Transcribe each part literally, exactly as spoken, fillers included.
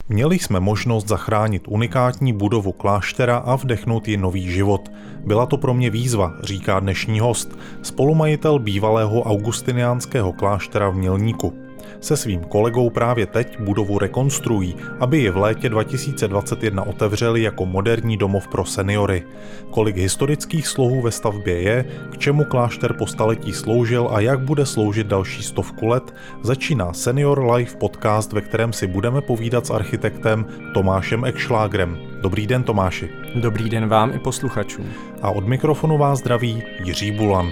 Měli jsme možnost zachránit unikátní budovu kláštera a vdechnout ji nový život. Byla to pro mě výzva, říká dnešní host, spolumajitel bývalého augustiniánského kláštera v Mělníku. Se svým kolegou právě teď budovu rekonstruují, aby ji v létě dva tisíce dvacet jedna otevřeli jako moderní domov pro seniory. Kolik historických slohů ve stavbě je, k čemu klášter po staletí sloužil a jak bude sloužit další stovku let, začíná Senior Life podcast, ve kterém si budeme povídat s architektem Tomášem Ekšlágrem. Dobrý den, Tomáši. Dobrý den vám i posluchačům. A od mikrofonu vás zdraví Jiří Bulan.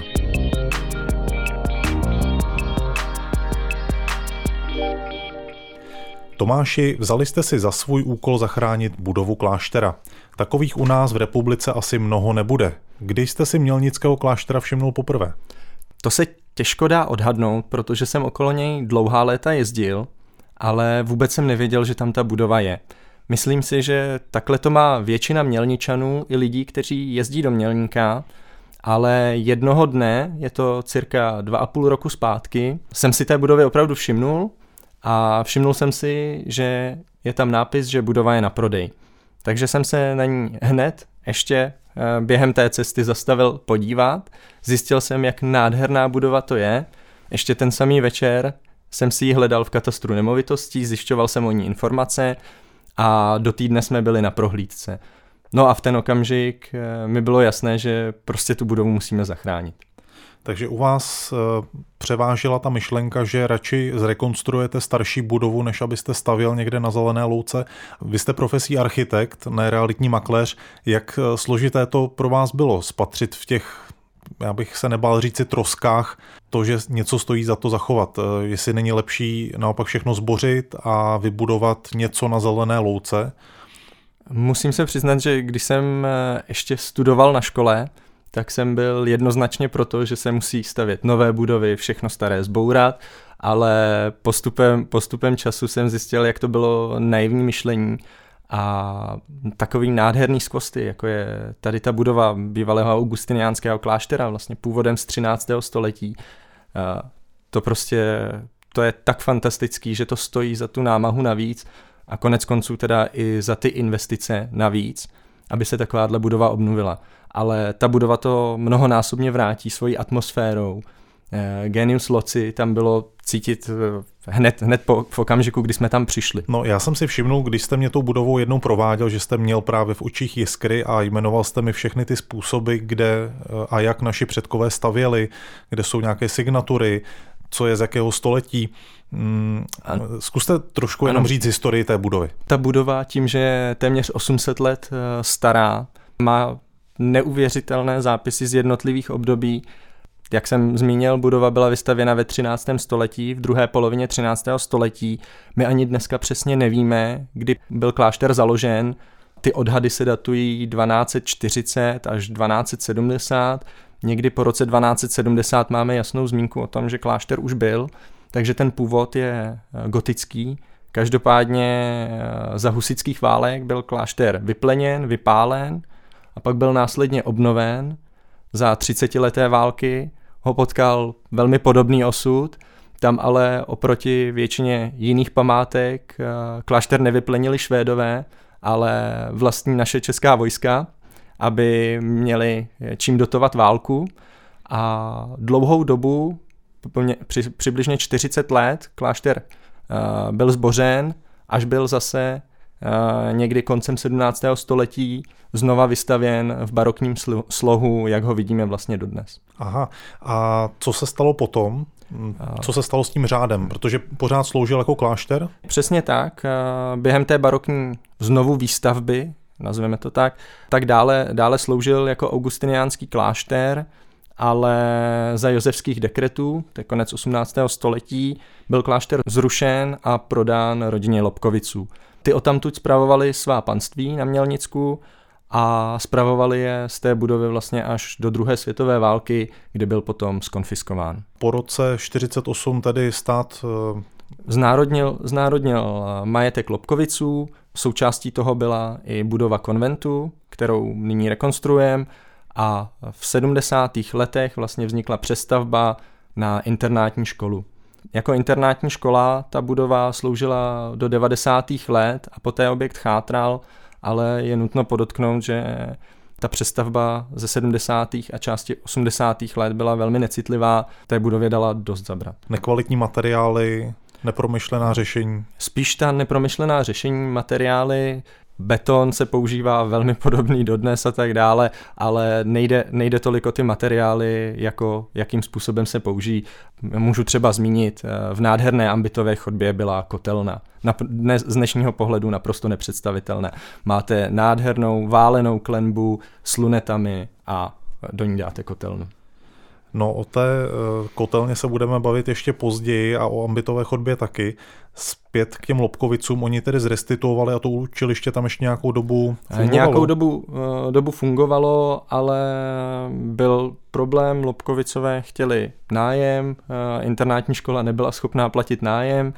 Tomáši, vzali jste si za svůj úkol zachránit budovu kláštera. Takových u nás v republice asi mnoho nebude. Kdy jste si Mělnického kláštera všimnul poprvé? To se těžko dá odhadnout, protože jsem okolo něj dlouhá léta jezdil, ale vůbec jsem nevěděl, že tam ta budova je. Myslím si, že takhle to má většina Mělničanů i lidí, kteří jezdí do Mělníka, ale jednoho dne, je to cirka dva a půl roku zpátky, jsem si té budovy opravdu všimnul, a všimnul jsem si, že je tam nápis, že budova je na prodej. Takže jsem se na ní hned ještě během té cesty zastavil podívat. Zjistil jsem, jak nádherná budova to je. Ještě ten samý večer jsem si ji hledal v katastru nemovitostí, zjišťoval jsem o ní informace a do týdne jsme byli na prohlídce. No a v ten okamžik mi bylo jasné, že prostě tu budovu musíme zachránit. Takže u vás převážila ta myšlenka, že radši zrekonstruujete starší budovu, než abyste stavěl někde na zelené louce. Vy jste profesí architekt, ne realitní makléř. Jak složité to pro vás bylo spatřit v těch, já bych se nebál říci, troskách, to, že něco stojí za to zachovat? Jestli není lepší naopak všechno zbořit a vybudovat něco na zelené louce? Musím se přiznat, že když jsem ještě studoval na škole, tak jsem byl jednoznačně proto, že se musí stavět nové budovy, všechno staré zbourat, ale postupem, postupem času jsem zjistil, jak to bylo naivní myšlení a takový nádherný skvosty, jako je tady ta budova bývalého augustiniánského kláštera, vlastně původem z třináctého století. To prostě, to je tak fantastický, že to stojí za tu námahu navíc a konec konců teda i za ty investice navíc, aby se takováhle budova obnovila. Ale ta budova to mnohonásobně vrátí svojí atmosférou. Genius loci tam bylo cítit hned, hned po, v okamžiku, kdy jsme tam přišli. No, já jsem si všimnul, když jste mě tou budovou jednou prováděl, že jste měl právě v očích jiskry a jmenoval jste mi všechny ty způsoby, kde a jak naši předkové stavěli, kde jsou nějaké signatury, co je z jakého století. Zkuste trošku ano. jenom říct historii té budovy. Ta budova tím, že je téměř osm set let stará, má neuvěřitelné zápisy z jednotlivých období. Jak jsem zmínil, budova byla vystavěna ve třináctém století, v druhé polovině třináctého století. My ani dneska přesně nevíme, kdy byl klášter založen. Ty odhady se datují dvanáct set čtyřicet až dvanáct set sedmdesát. Někdy po roce dvanáct set sedmdesát máme jasnou zmínku o tom, že klášter už byl, takže ten původ je gotický. Každopádně za husitských válek byl klášter vypleněn, vypálen a pak byl následně obnoven. Za třicetileté války ho potkal velmi podobný osud, tam ale oproti většině jiných památek klášter nevyplenili Švédové, ale vlastní naše česká vojska, aby měli čím dotovat válku a dlouhou dobu, při, přibližně čtyřicet let, klášter uh, byl zbořen, až byl zase uh, někdy koncem sedmnáctého století znova vystavěn v barokním slu, slohu, jak ho vidíme vlastně dodnes. Aha, a co se stalo potom? Co se stalo s tím řádem? Protože pořád sloužil jako klášter? Přesně tak. Uh, během té barokní znovu výstavby, nazveme to tak, tak dále, dále sloužil jako augustiniánský klášter, ale za josefských dekretů, to je konec osmnáctého století, byl klášter zrušen a prodán rodině Lobkoviců. Ty odtamtud spravovali svá panství na Mělnicku a spravovali je z té budovy vlastně až do druhé světové války, kdy byl potom skonfiskován. Po roce čtyřicet osm tedy stát Znárodnil, znárodnil majetek Lobkoviců, součástí toho byla i budova konventu, kterou nyní rekonstruujeme, a v sedmdesátých letech vlastně vznikla přestavba na internátní školu. Jako internátní škola ta budova sloužila do devadesátých let a poté objekt chátral, ale je nutno podotknout, že ta přestavba ze sedmdesátých a části osmdesátých let byla velmi necitlivá, té budově dala dost zabrat. Nekvalitní materiály, nepromyšlená řešení? Spíš ta nepromyšlená řešení, materiály, beton se používá velmi podobný dodnes a tak dále, ale nejde, nejde tolik o ty materiály, jako jakým způsobem se použijí. Můžu třeba zmínit, v nádherné ambitové chodbě byla kotelna. Na dnes, z dnešního pohledu naprosto nepředstavitelné. Máte nádhernou válenou klenbu s lunetami a do ní dáte kotelnu. No, o té kotelně se budeme bavit ještě později a o ambitové chodbě taky. Zpět k těm Lobkovicům, oni tedy zrestituovali a to učiliště tam ještě nějakou dobu fungovalo? Nějakou dobu, dobu fungovalo, ale byl problém, Lobkovicové chtěli nájem, internátní škola nebyla schopná platit nájem,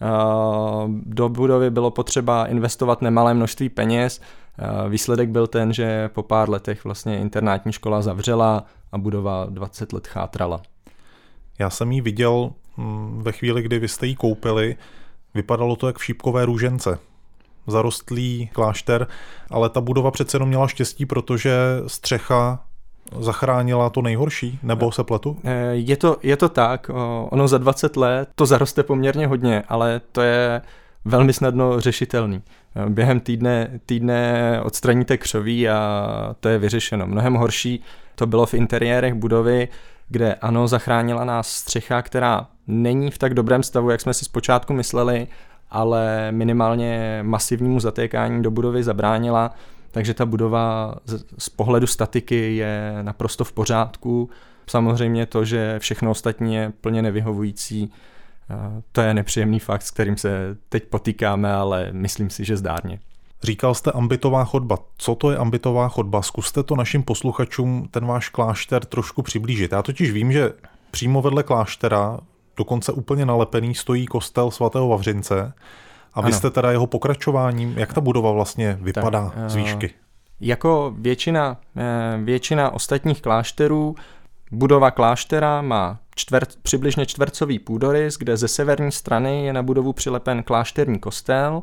do budovy bylo potřeba investovat nemalé množství peněz, výsledek byl ten, že po pár letech vlastně internátní škola zavřela a budova dvacet let chátrala. Já jsem ji viděl ve chvíli, kdy vy jste ji koupili, vypadalo to jak v šípkové růžence. Zarostlý klášter, ale ta budova přece jenom měla štěstí, protože střecha zachránila to nejhorší, nebo se pletu? Je to, je to tak, ono za dvacet let to zaroste poměrně hodně, ale to je velmi snadno řešitelný. Během týdne, týdne odstraníte křoví a to je vyřešeno. Mnohem horší to bylo v interiérech budovy, kde ano, zachránila nás střecha, která není v tak dobrém stavu, jak jsme si zpočátku mysleli, ale minimálně masivnímu zatékání do budovy zabránila, takže ta budova z, z pohledu statiky je naprosto v pořádku. Samozřejmě to, že všechno ostatní je plně nevyhovující, to je nepříjemný fakt, s kterým se teď potýkáme, ale myslím si, že zdárně. Říkal jste ambitová chodba. Co to je ambitová chodba? Zkuste to našim posluchačům ten váš klášter trošku přiblížit. Já totiž vím, že přímo vedle kláštera, dokonce úplně nalepený, stojí kostel svatého Vavřince a vy ano. jste teda jeho pokračováním. Jak ta budova vlastně vypadá tak, z výšky? Jako většina, většina ostatních klášterů, budova kláštera má čtvrt, přibližně čtvercový půdorys, kde ze severní strany je na budovu přilepen klášterní kostel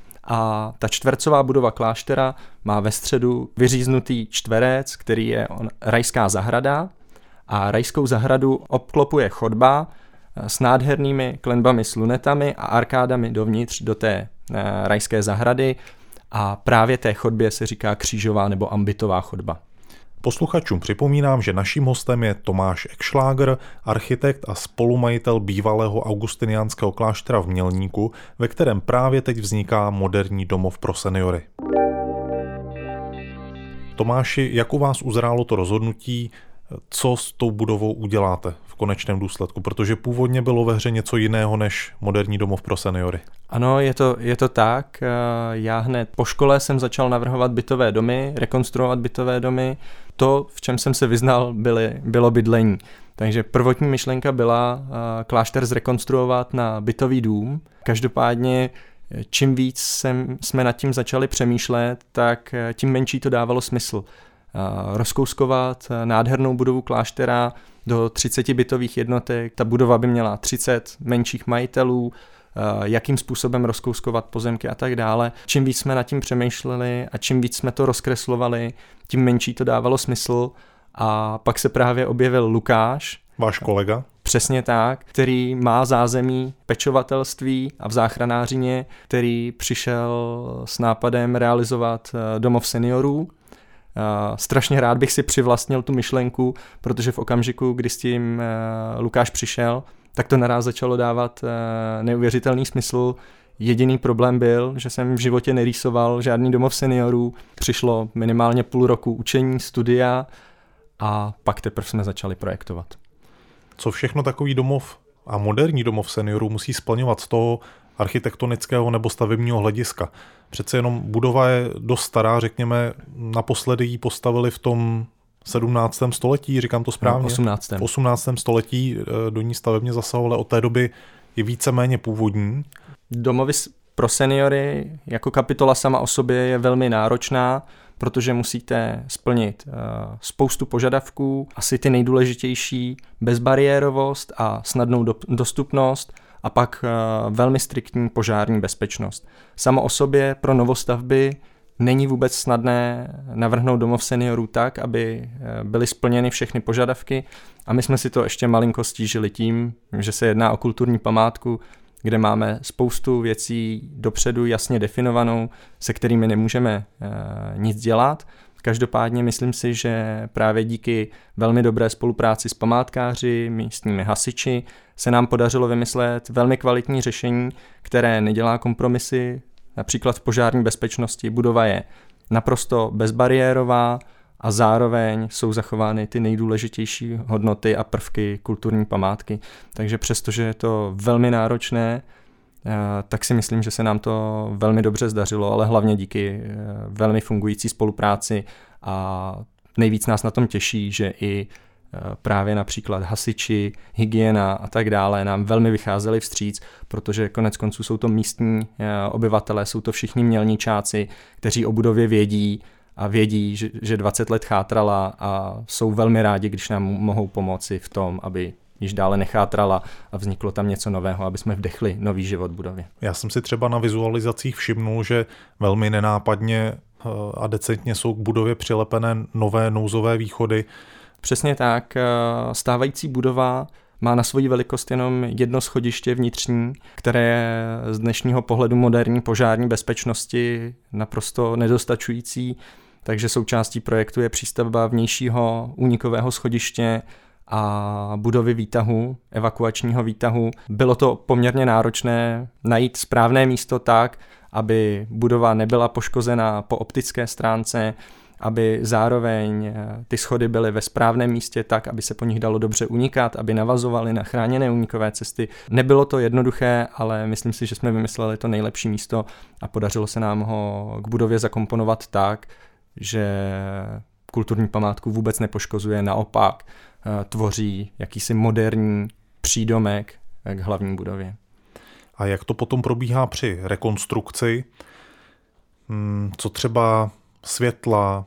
a ta čtvercová budova kláštera má ve středu vyříznutý čtverec, který je on, rajská zahrada a rajskou zahradu obklopuje chodba s nádhernými klenbami s lunetami a arkádami dovnitř do té e, rajské zahrady a právě té chodbě se říká křížová nebo ambitová chodba. Posluchačům připomínám, že naším hostem je Tomáš Ekšláger, architekt a spolumajitel bývalého augustiniánského kláštera v Mělníku, ve kterém právě teď vzniká moderní domov pro seniory. Tomáši, jak u vás uzrálo to rozhodnutí, co s tou budovou uděláte v konečném důsledku, protože původně bylo ve hře něco jiného než moderní domov pro seniory? Ano, je to, je to tak. Já hned po škole jsem začal navrhovat bytové domy, rekonstruovat bytové domy. To, v čem jsem se vyznal, byly, bylo bydlení. Takže prvotní myšlenka byla klášter zrekonstruovat na bytový dům. Každopádně čím víc jsem, jsme nad tím začali přemýšlet, tak tím menší to dávalo smysl. Rozkouskovat nádhernou budovu kláštera do třiceti bytových jednotek. Ta budova by měla třicet menších majitelů, jakým způsobem rozkouskovat pozemky a tak dále. Čím víc jsme nad tím přemýšleli a čím víc jsme to rozkreslovali, tím menší to dávalo smysl. A pak se právě objevil Lukáš. Váš kolega? Přesně tak, který má zázemí pečovatelství a v záchranářině, který přišel s nápadem realizovat domov seniorů. Uh, strašně rád bych si přivlastnil tu myšlenku, protože v okamžiku, kdy s tím uh, Lukáš přišel, tak to naraz začalo dávat uh, neuvěřitelný smysl. Jediný problém byl, že jsem v životě nerýsoval žádný domov seniorů. Přišlo minimálně půl roku učení, studia a pak teprve jsme začali projektovat. Co všechno takový domov a moderní domov seniorů musí splňovat z toho architektonického nebo stavebního hlediska? Přece jenom budova je dost stará, řekněme, naposledy ji postavili v tom sedmnáctém století, říkám to správně? No, osmnáctém. V osmnáctém století do ní stavebně zasahovali, od té doby je víceméně původní. Domovy, pro seniory jako kapitola sama o sobě je velmi náročná, protože musíte splnit uh, spoustu požadavků, asi ty nejdůležitější, bezbariérovost a snadnou do, dostupnost a pak uh, velmi striktní požární bezpečnost. Samo o sobě pro novostavby není vůbec snadné navrhnout domov seniorů tak, aby byly splněny všechny požadavky a my jsme si to ještě malinko stížili tím, že se jedná o kulturní památku, kde máme spoustu věcí dopředu jasně definovanou, se kterými nemůžeme e, nic dělat. Každopádně myslím si, že právě díky velmi dobré spolupráci s památkáři, místními hasiči, se nám podařilo vymyslet velmi kvalitní řešení, které nedělá kompromisy. Například v požární bezpečnosti budova je naprosto bezbariérová a zároveň jsou zachovány ty nejdůležitější hodnoty a prvky kulturní památky. Takže přestože je to velmi náročné, tak si myslím, že se nám to velmi dobře zdařilo, ale hlavně díky velmi fungující spolupráci a nejvíc nás na tom těší, že i právě například hasiči, hygiena a tak dále nám velmi vycházeli vstříc, protože konec konců jsou to místní obyvatelé, jsou to všichni mělničáci, kteří o budově vědí a vědí, že dvacet let chátrala a jsou velmi rádi, když nám mohou pomoci v tom, aby již dále nechátrala a vzniklo tam něco nového, aby jsme vdechli nový život budově. Já jsem si třeba na vizualizacích všimnul, že velmi nenápadně a decentně jsou k budově přilepené nové nouzové východy. Přesně tak, stávající budova má na svoji velikost jenom jedno schodiště vnitřní, které je z dnešního pohledu moderní požární bezpečnosti naprosto nedostačující, takže součástí projektu je přístavba vnějšího únikového schodiště a budovy výtahu, evakuačního výtahu. Bylo to poměrně náročné najít správné místo tak, aby budova nebyla poškozena po optické stránce, aby zároveň ty schody byly ve správném místě tak, aby se po nich dalo dobře unikat, aby navazovaly na chráněné únikové cesty. Nebylo to jednoduché, ale myslím si, že jsme vymysleli to nejlepší místo a podařilo se nám ho k budově zakomponovat tak, že kulturní památku vůbec nepoškozuje, naopak tvoří jakýsi moderní přídomek k hlavní budově. A jak to potom probíhá při rekonstrukci? Co třeba světla,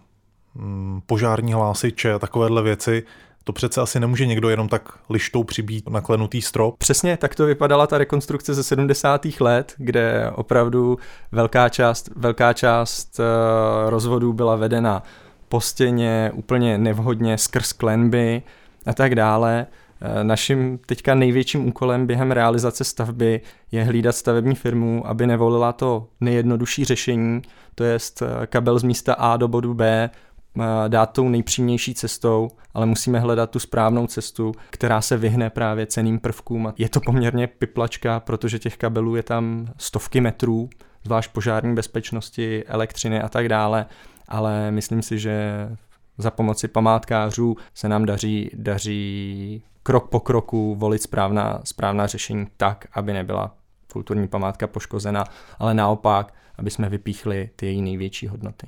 požární hlásiče a takovéhle věci, to přece asi nemůže někdo jenom tak lištou přibít na klenutý strop. Přesně tak to vypadala ta rekonstrukce ze sedmdesátých let, kde opravdu velká část, velká část rozvodů byla vedena po stěně, úplně nevhodně skrz klenby a tak dále. Naším teďka největším úkolem během realizace stavby je hlídat stavební firmu, aby nevolila to nejjednodušší řešení, to jest kabel z místa A do bodu B, dát tou nejpřímější cestou, ale musíme hledat tu správnou cestu, která se vyhne právě cenným prvkům. Je to poměrně piplačka, protože těch kabelů je tam stovky metrů, zvlášť požární bezpečnosti, elektřiny a tak dále, ale myslím si, že za pomoci památkářů se nám daří, daří krok po kroku volit správná, správná řešení tak, aby nebyla kulturní památka poškozena, ale naopak, aby jsme vypíchli ty její největší hodnoty.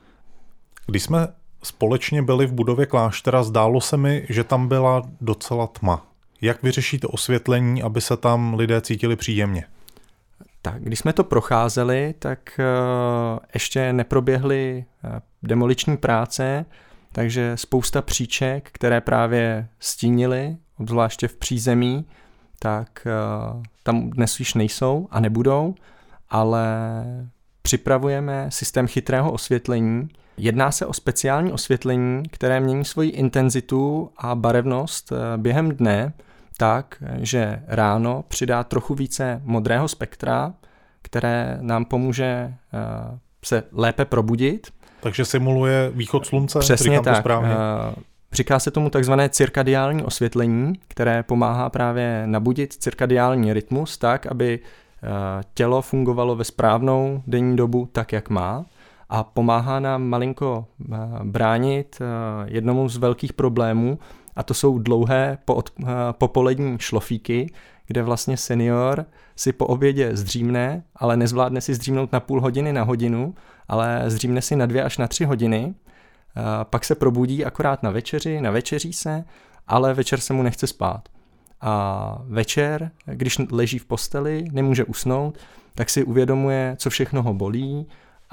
Když jsme společně byli v budově kláštera, zdálo se mi, že tam byla docela tma. Jak vyřešíte osvětlení, aby se tam lidé cítili příjemně? Tak, když jsme to procházeli, tak uh, ještě neproběhly uh, demoliční práce, takže spousta příček, které právě stínily, obzvláště v přízemí, tak uh, tam dnes již nejsou a nebudou, ale připravujeme systém chytrého osvětlení. Jedná se o speciální osvětlení, které mění svoji intenzitu a barevnost během dne tak, že ráno přidá trochu více modrého spektra, které nám může uh, se lépe probudit. Takže simuluje východ slunce? Přesně Říkám tak. To správně. Říká se tomu takzvané cirkadiální osvětlení, které pomáhá právě nabudit cirkadiální rytmus tak, aby tělo fungovalo ve správnou denní dobu tak, jak má, a pomáhá nám malinko bránit jednomu z velkých problémů, a to jsou dlouhé popolední šlofíky, kde vlastně senior si po obědě zdřímne, ale nezvládne si zdřímnout na půl hodiny na hodinu, ale zdřímne si na dvě až na tři hodiny, pak se probudí akorát na večeři, navečeří se, ale večer se mu nechce spát. A večer, když leží v posteli, nemůže usnout, tak si uvědomuje, co všechno ho bolí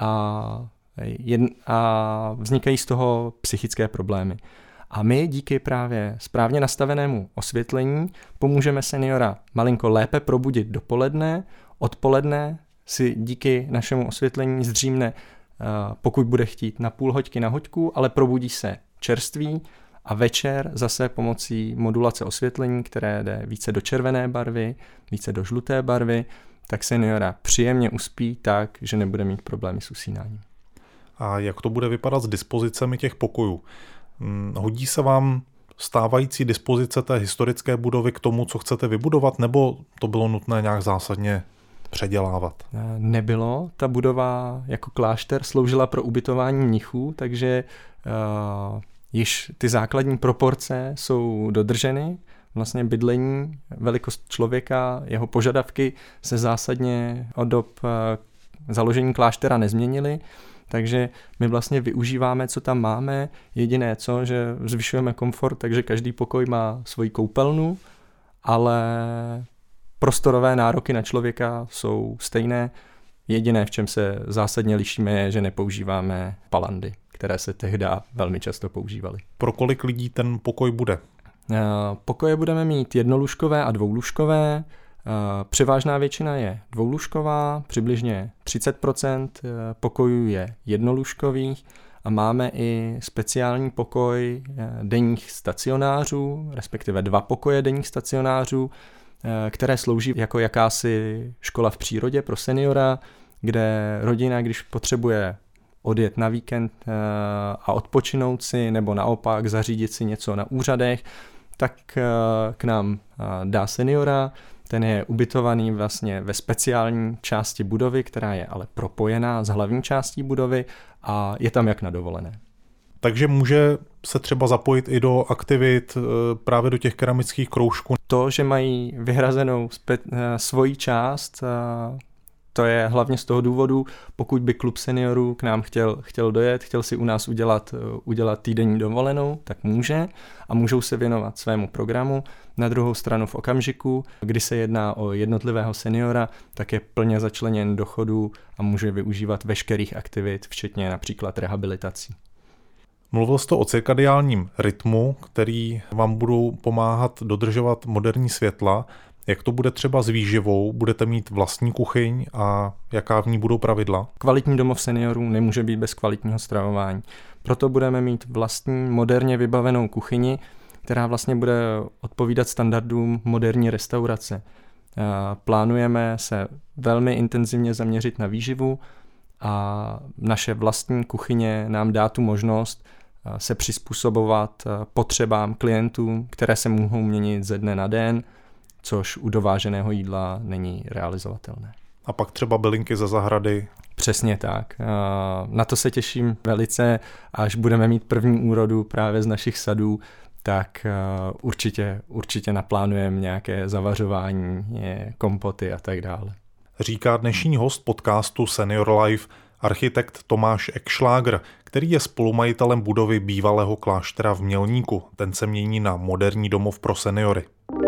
a, jedn, a vznikají z toho psychické problémy. A my díky právě správně nastavenému osvětlení pomůžeme seniora malinko lépe probudit dopoledne, odpoledne si díky našemu osvětlení zdřímne, pokud bude chtít, na půl hoďky na hoďku, ale probudí se čerstvý a večer zase pomocí modulace osvětlení, které jde více do červené barvy, více do žluté barvy, tak seniora příjemně uspí tak, že nebude mít problémy s usínáním. A jak to bude vypadat s dispozicemi těch pokojů? Hodí se vám stávající dispozice té historické budovy k tomu, co chcete vybudovat, nebo to bylo nutné nějak zásadně předělávat? Nebylo. Ta budova jako klášter sloužila pro ubytování mnichů, takže uh, již ty základní proporce jsou dodrženy. Vlastně bydlení, velikost člověka, jeho požadavky se zásadně od dob uh, založení kláštera nezměnily. Takže my vlastně využíváme, co tam máme. Jediné co, že zvyšujeme komfort, takže každý pokoj má svoji koupelnu, ale prostorové nároky na člověka jsou stejné. Jediné, v čem se zásadně lišíme, je, že nepoužíváme palandy, které se tehdy velmi často používaly. Pro kolik lidí ten pokoj bude? Pokoje budeme mít jednolůžkové a dvoulůžkové. Převážná většina je dvoulůžková, přibližně třicet procent pokojů je jednolůžkových a máme i speciální pokoj denních stacionářů, respektive dva pokoje denních stacionářů, které slouží jako jakási škola v přírodě pro seniora, kde rodina, když potřebuje odjet na víkend a odpočinout si, nebo naopak zařídit si něco na úřadech, tak k nám dá seniora. Ten je ubytovaný vlastně ve speciální části budovy, která je ale propojená s hlavní částí budovy a je tam jak na dovolené. Takže může se třeba zapojit i do aktivit právě do těch keramických kroužků? To, že mají vyhrazenou spe- svoji část, to je hlavně z toho důvodu, pokud by klub seniorů k nám chtěl, chtěl dojet, chtěl si u nás udělat, udělat týdenní dovolenou, tak může a můžou se věnovat svému programu. Na druhou stranu v okamžiku, kdy se jedná o jednotlivého seniora, tak je plně začleněn do chodu a může využívat veškerých aktivit, včetně například rehabilitací. Mluvil jste o cirkadiálním rytmu, který vám budou pomáhat dodržovat moderní světla. Jak to bude třeba s výživou? Budete mít vlastní kuchyň a jaká v ní budou pravidla? Kvalitní domov seniorů nemůže být bez kvalitního stravování. Proto budeme mít vlastní moderně vybavenou kuchyni, která vlastně bude odpovídat standardům moderní restaurace. Plánujeme se velmi intenzivně zaměřit na výživu a naše vlastní kuchyně nám dá tu možnost se přizpůsobovat potřebám klientů, které se mohou měnit ze dne na den, což u dováženého jídla není realizovatelné. A pak třeba bylinky ze zahrady? Přesně tak. Na to se těším velice, až budeme mít první úrodu právě z našich sadů, tak určitě, určitě naplánujeme nějaké zavařování, kompoty a tak dále. Říká dnešní host podcastu Senior Life, architekt Tomáš Ekšláger, který je spolumajitelem budovy bývalého kláštera v Mělníku. Ten se mění na moderní domov pro seniory.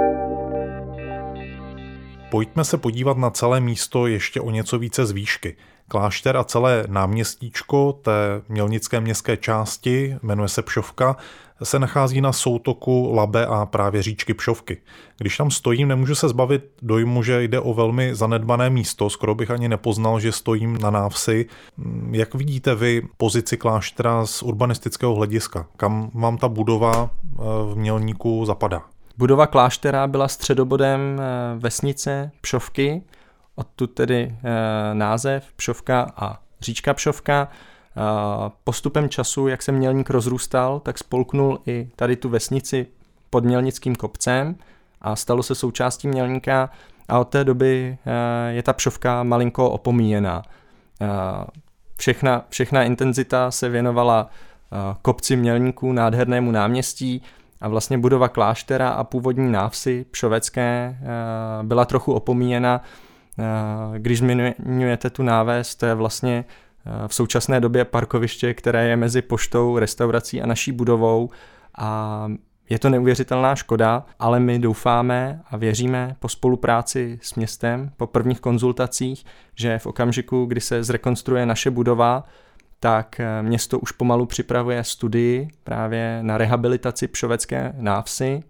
Pojďme se podívat na celé místo ještě o něco více z výšky. Klášter a celé náměstíčko té mělnické městské části, jmenuje se Pšovka, se nachází na soutoku Labe a právě říčky Pšovky. Když tam stojím, nemůžu se zbavit dojmu, že jde o velmi zanedbané místo, skoro bych ani nepoznal, že stojím na návsi. Jak vidíte vy pozici kláštera z urbanistického hlediska? Kam vám ta budova v Mělníku zapadá? Budova kláštera byla středobodem vesnice Pšovky, odtud tedy název Pšovka a říčka Pšovka. Postupem času, jak se Mělník rozrůstal, tak spolknul i tady tu vesnici pod Mělnickým kopcem a stalo se součástí Mělníka a od té doby je ta Pšovka malinko opomíjená. Všechna, všechna intenzita se věnovala kopci Mělníku, nádhernému náměstí, a vlastně budova kláštera a původní návsi pšovecké byla trochu opomíjena. Když zmiňujete tu náves, to je vlastně v současné době parkoviště, které je mezi poštou, restaurací a naší budovou a Je to neuvěřitelná škoda, ale my doufáme a věříme po spolupráci s městem, po prvních konzultacích, že v okamžiku, kdy se zrekonstruuje naše budova, tak město už pomalu připravuje studii právě na rehabilitaci Pšovecké návsi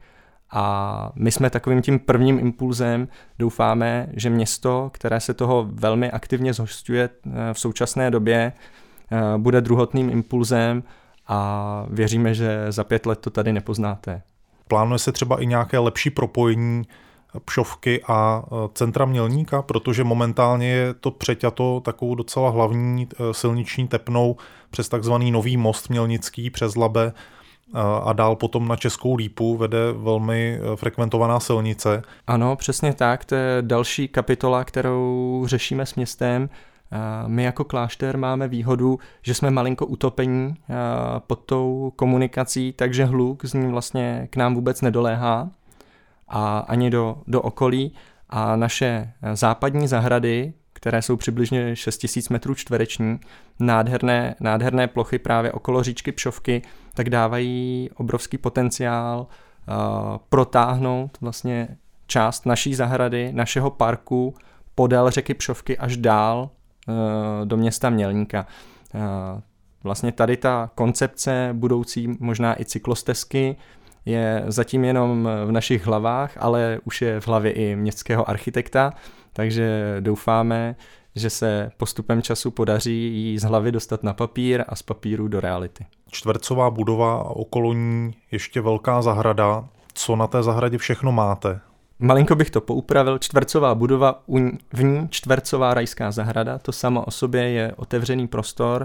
a my jsme takovým tím prvním impulzem. Doufáme, že město, které se toho velmi aktivně zhosťuje v současné době, bude druhotným impulzem a věříme, že za pět let to tady nepoznáte. Plánuje se třeba i nějaké lepší propojení Pšovky a centra Mělníka, protože momentálně je to přeťato takovou docela hlavní silniční tepnou přes takzvaný nový most mělnický přes Labe a dál potom na Českou Lípu vede velmi frekventovaná silnice. Ano, přesně tak, to je další kapitola, kterou řešíme s městem. My jako klášter máme výhodu, že jsme malinko utopení pod tou komunikací, takže hluk z ní vlastně k nám vůbec nedoléhá a ani do, do okolí a naše západní zahrady, které jsou přibližně šest tisíc metrů čtvereční, nádherné, nádherné plochy právě okolo říčky Pšovky, tak dávají obrovský potenciál uh, protáhnout vlastně část naší zahrady, našeho parku podél řeky Pšovky až dál uh, do města Mělníka. Uh, vlastně tady ta koncepce budoucí možná i cyklostezky je zatím jenom v našich hlavách, ale už je v hlavě i městského architekta, takže doufáme, že se postupem času podaří ji z hlavy dostat na papír a z papíru do reality. Čtvercová budova a okolo ní ještě velká zahrada. Co na té zahradě všechno máte? Malinko bych to poupravil. Čtvercová budova, v ní čtvercová rajská zahrada, to samo o sobě je otevřený prostor,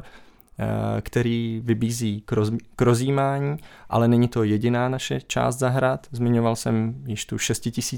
který vybízí k rozjímání, ale není to jediná naše část zahrad. Zmiňoval jsem již tu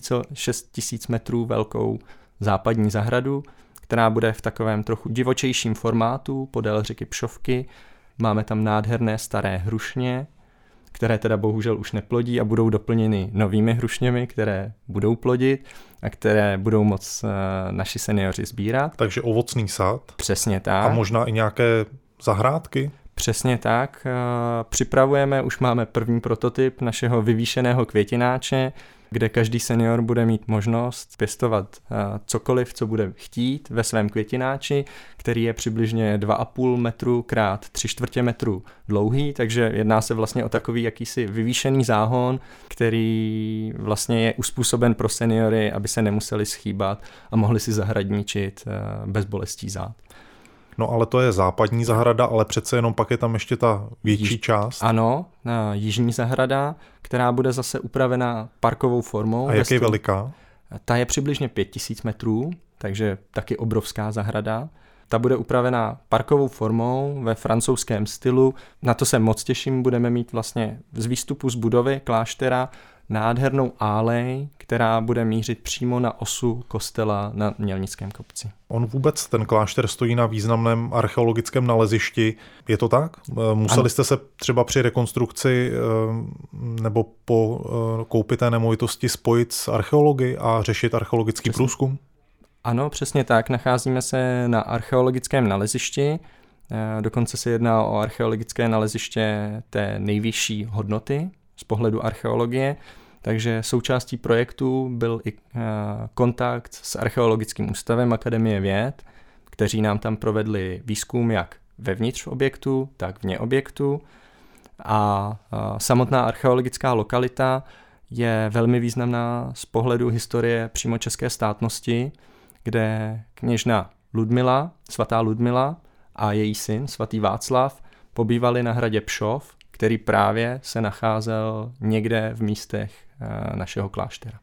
šest tisíc metrů velkou západní zahradu, která bude v takovém trochu divočejším formátu podél řeky Pšovky. Máme tam nádherné staré hrušně, které teda bohužel už neplodí a budou doplněny novými hrušněmi, které budou plodit a které budou moc naši seniori sbírat. Takže ovocný sad. Přesně tak. A možná i nějaké zahrádky? Přesně tak. Připravujeme, už máme první prototyp našeho vyvýšeného květináče, kde každý senior bude mít možnost pěstovat cokoliv, co bude chtít ve svém květináči, který je přibližně dva a půl metru krát tři čtvrtě metru dlouhý, takže jedná se vlastně o takový jakýsi vyvýšený záhon, který vlastně je uspůsoben pro seniory, aby se nemuseli schýbat a mohli si zahradničit bez bolestí zád. No ale to je západní zahrada, ale přece jenom pak je tam ještě ta větší Již, část. Ano, jižní zahrada, která bude zase upravena parkovou formou. A jak je veliká? Ta je přibližně pět tisíc metrů, takže taky obrovská zahrada. Ta bude upravena parkovou formou ve francouzském stylu. Na to se moc těším, budeme mít vlastně z výstupu z budovy kláštera nádhernou álej, která bude mířit přímo na osu kostela na Mělnickém kopci. On vůbec, ten klášter, stojí na významném archeologickém nalezišti. Je to tak? Museli ano. jste se třeba při rekonstrukci nebo po koupi té nemovitosti spojit s archeology a řešit archeologický přesně. průzkum? Ano, přesně tak. Nacházíme se na archeologickém nalezišti. Dokonce se jedná o archeologické naleziště té nejvyšší hodnoty z pohledu archeologie, takže součástí projektu byl i kontakt s Archeologickým ústavem Akademie věd, kteří nám tam provedli výzkum jak vevnitř objektu, tak vně objektu a samotná archeologická lokalita je velmi významná z pohledu historie přímo české státnosti, kde kněžna Ludmila, svatá Ludmila a její syn, svatý Václav, pobývali na hradě Pšov, který právě se nacházel někde v místech našeho kláštera.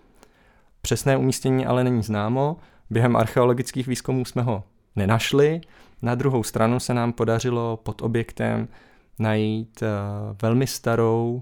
Přesné umístění ale není známo, během archeologických výzkumů jsme ho nenašli, na druhou stranu se nám podařilo pod objektem najít velmi starou,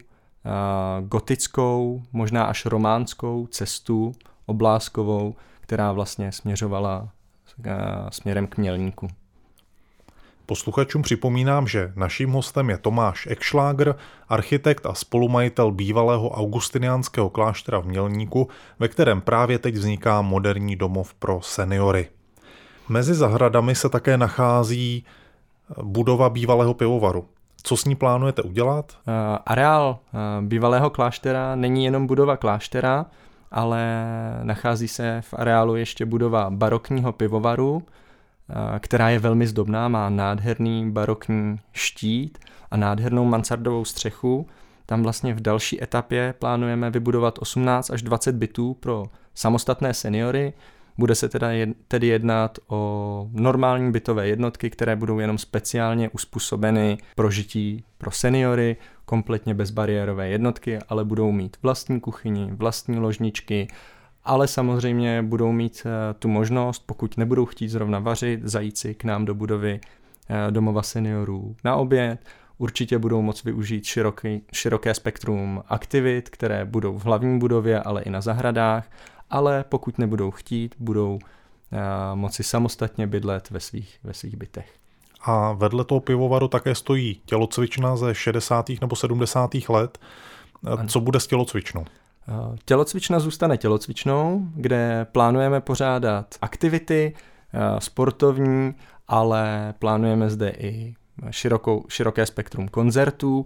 gotickou, možná až románskou cestu obláskovou, která vlastně směřovala směrem k Mělníku. Posluchačům připomínám, že naším hostem je Tomáš Ekšláger, architekt a spolumajitel bývalého augustiniánského kláštera v Mělníku, ve kterém právě teď vzniká moderní domov pro seniory. Mezi zahradami se také nachází budova bývalého pivovaru. Co s ní plánujete udělat? Areál bývalého kláštera není jenom budova kláštera, ale nachází se v areálu ještě budova barokního pivovaru, která je velmi zdobná, má nádherný barokní štít a nádhernou mansardovou střechu. Tam vlastně v další etapě plánujeme vybudovat osmnáct až dvacet bytů pro samostatné seniory. Bude se teda jed, tedy jednat o normální bytové jednotky, které budou jenom speciálně uspůsobeny pro žití pro seniory, kompletně bezbariérové jednotky, ale budou mít vlastní kuchyni, vlastní ložničky, ale samozřejmě budou mít tu možnost, pokud nebudou chtít zrovna vařit, zajít si k nám do budovy domova seniorů na oběd. Určitě budou moct využít široký, široké spektrum aktivit, které budou v hlavní budově, ale i na zahradách, ale pokud nebudou chtít, budou uh, moci samostatně bydlet ve svých, ve svých bytech. A vedle toho pivovaru také stojí tělocvična ze šedesátých nebo sedmdesátých let. Ano. Co bude s tělocvičnou? Uh, tělocvična zůstane tělocvičnou, kde plánujeme pořádat aktivity uh, sportovní, ale plánujeme zde i širokou, široké spektrum koncertů.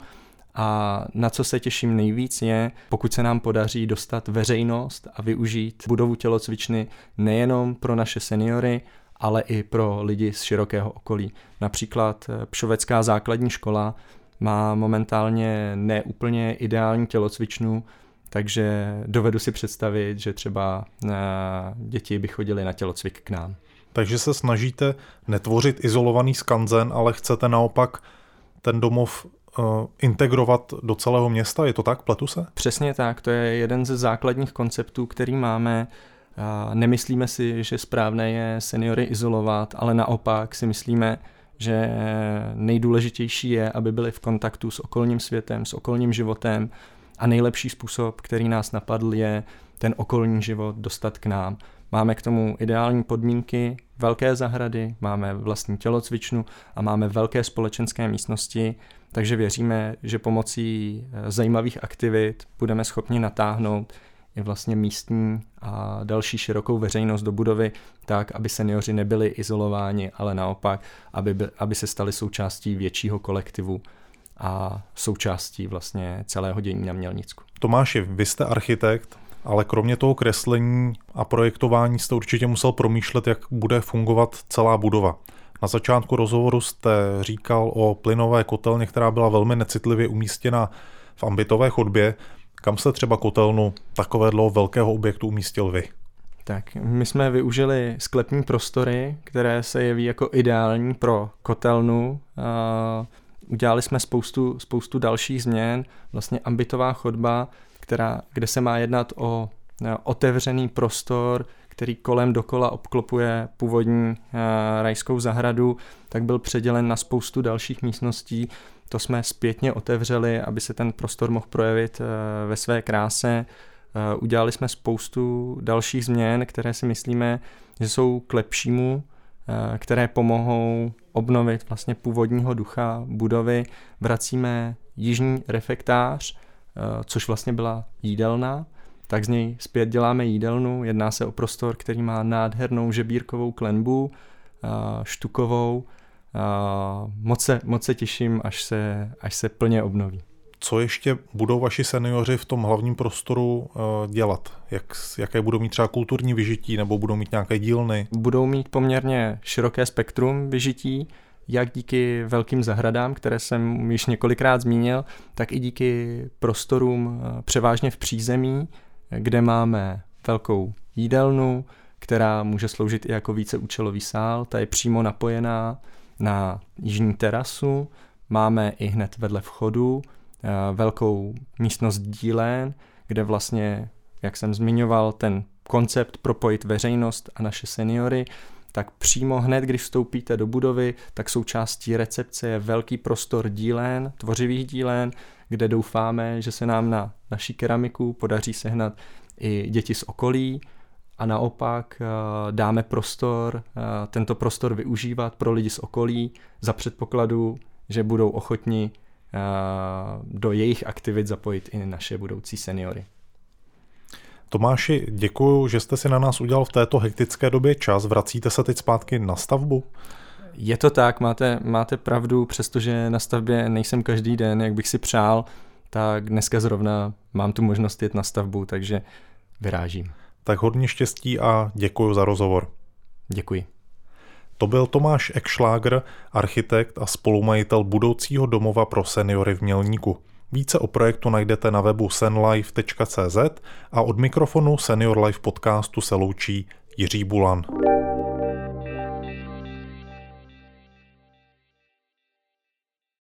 A na co se těším nejvíc je, pokud se nám podaří dostat veřejnost a využít budovu tělocvičny nejenom pro naše seniory, ale i pro lidi z širokého okolí. Například Pšovecká základní škola má momentálně neúplně ideální tělocvičnu, takže dovedu si představit, že třeba děti by chodily na tělocvik k nám. Takže se snažíte netvořit izolovaný skanzen, ale chcete naopak ten domov integrovat do celého města, je to tak? Pletu se? Přesně tak, to je jeden ze základních konceptů, který máme. Nemyslíme si, že správné je seniory izolovat, ale naopak si myslíme, že nejdůležitější je, aby byli v kontaktu s okolním světem, s okolním životem a nejlepší způsob, který nás napadl, je ten okolní život dostat k nám. Máme k tomu ideální podmínky, velké zahrady, máme vlastní tělocvičnu a máme velké společenské místnosti, takže věříme, že pomocí zajímavých aktivit budeme schopni natáhnout i vlastně místní a další širokou veřejnost do budovy tak, aby seniori nebyli izolováni, ale naopak, aby, by, aby se stali součástí většího kolektivu a součástí vlastně celého dění na Mělnicku. Tomáši, vy jste architekt, ale kromě toho kreslení a projektování jste určitě musel promýšlet, jak bude fungovat celá budova. Na začátku rozhovoru jste říkal o plynové kotelně, která byla velmi necitlivě umístěna v ambitové chodbě. Kam jste třeba kotelnu takového velkého objektu umístil vy? Tak, my jsme využili sklepní prostory, které se jeví jako ideální pro kotelnu. Udělali jsme spoustu, spoustu dalších změn. Vlastně ambitová chodba, která, kde se má jednat o otevřený prostor, který kolem dokola obklopuje původní uh, rajskou zahradu, tak byl předělen na spoustu dalších místností. To jsme zpětně otevřeli, aby se ten prostor mohl projevit uh, ve své kráse. Uh, udělali jsme spoustu dalších změn, které si myslíme, že jsou k lepšímu, uh, které pomohou obnovit vlastně původního ducha budovy. Vracíme jižní refektář, uh, což vlastně byla jídelna, tak z něj zpět děláme jídelnu. Jedná se o prostor, který má nádhernou žebírkovou klenbu, štukovou. Moc se, moc se těším, až se, až se plně obnoví. Co ještě budou vaši seniori v tom hlavním prostoru dělat? Jak, jaké budou mít třeba kulturní vyžití nebo budou mít nějaké dílny? Budou mít poměrně široké spektrum vyžití, jak díky velkým zahradám, které jsem již několikrát zmínil, tak i díky prostorům převážně v přízemí, kde máme velkou jídelnu, která může sloužit i jako víceúčelový sál. Ta je přímo napojená na jižní terasu. Máme i hned vedle vchodu velkou místnost dílen, kde vlastně, jak jsem zmiňoval, ten koncept propojit veřejnost a naše seniory, tak přímo hned, když vstoupíte do budovy, tak součástí recepce je velký prostor dílen, tvořivých dílen, kde doufáme, že se nám na naší keramiku podaří sehnat i děti z okolí a naopak dáme prostor, tento prostor využívat pro lidi z okolí za předpokladu, že budou ochotni do jejich aktivit zapojit i naše budoucí seniory. Tomáši, děkuju, že jste si na nás udělal v této hektické době čas. Vracíte se teď zpátky na stavbu? Je to tak, máte, máte pravdu, přestože na stavbě nejsem každý den, jak bych si přál, tak dneska zrovna mám tu možnost jet na stavbu, takže vyrážím. Tak hodně štěstí a děkuji za rozhovor. Děkuji. To byl Tomáš Ekšláger, architekt a spolumajitel budoucího domova pro seniory v Mělníku. Více o projektu najdete na webu senlife tečka cé zet a od mikrofonu Senior Life podcastu se loučí Jiří Bulan.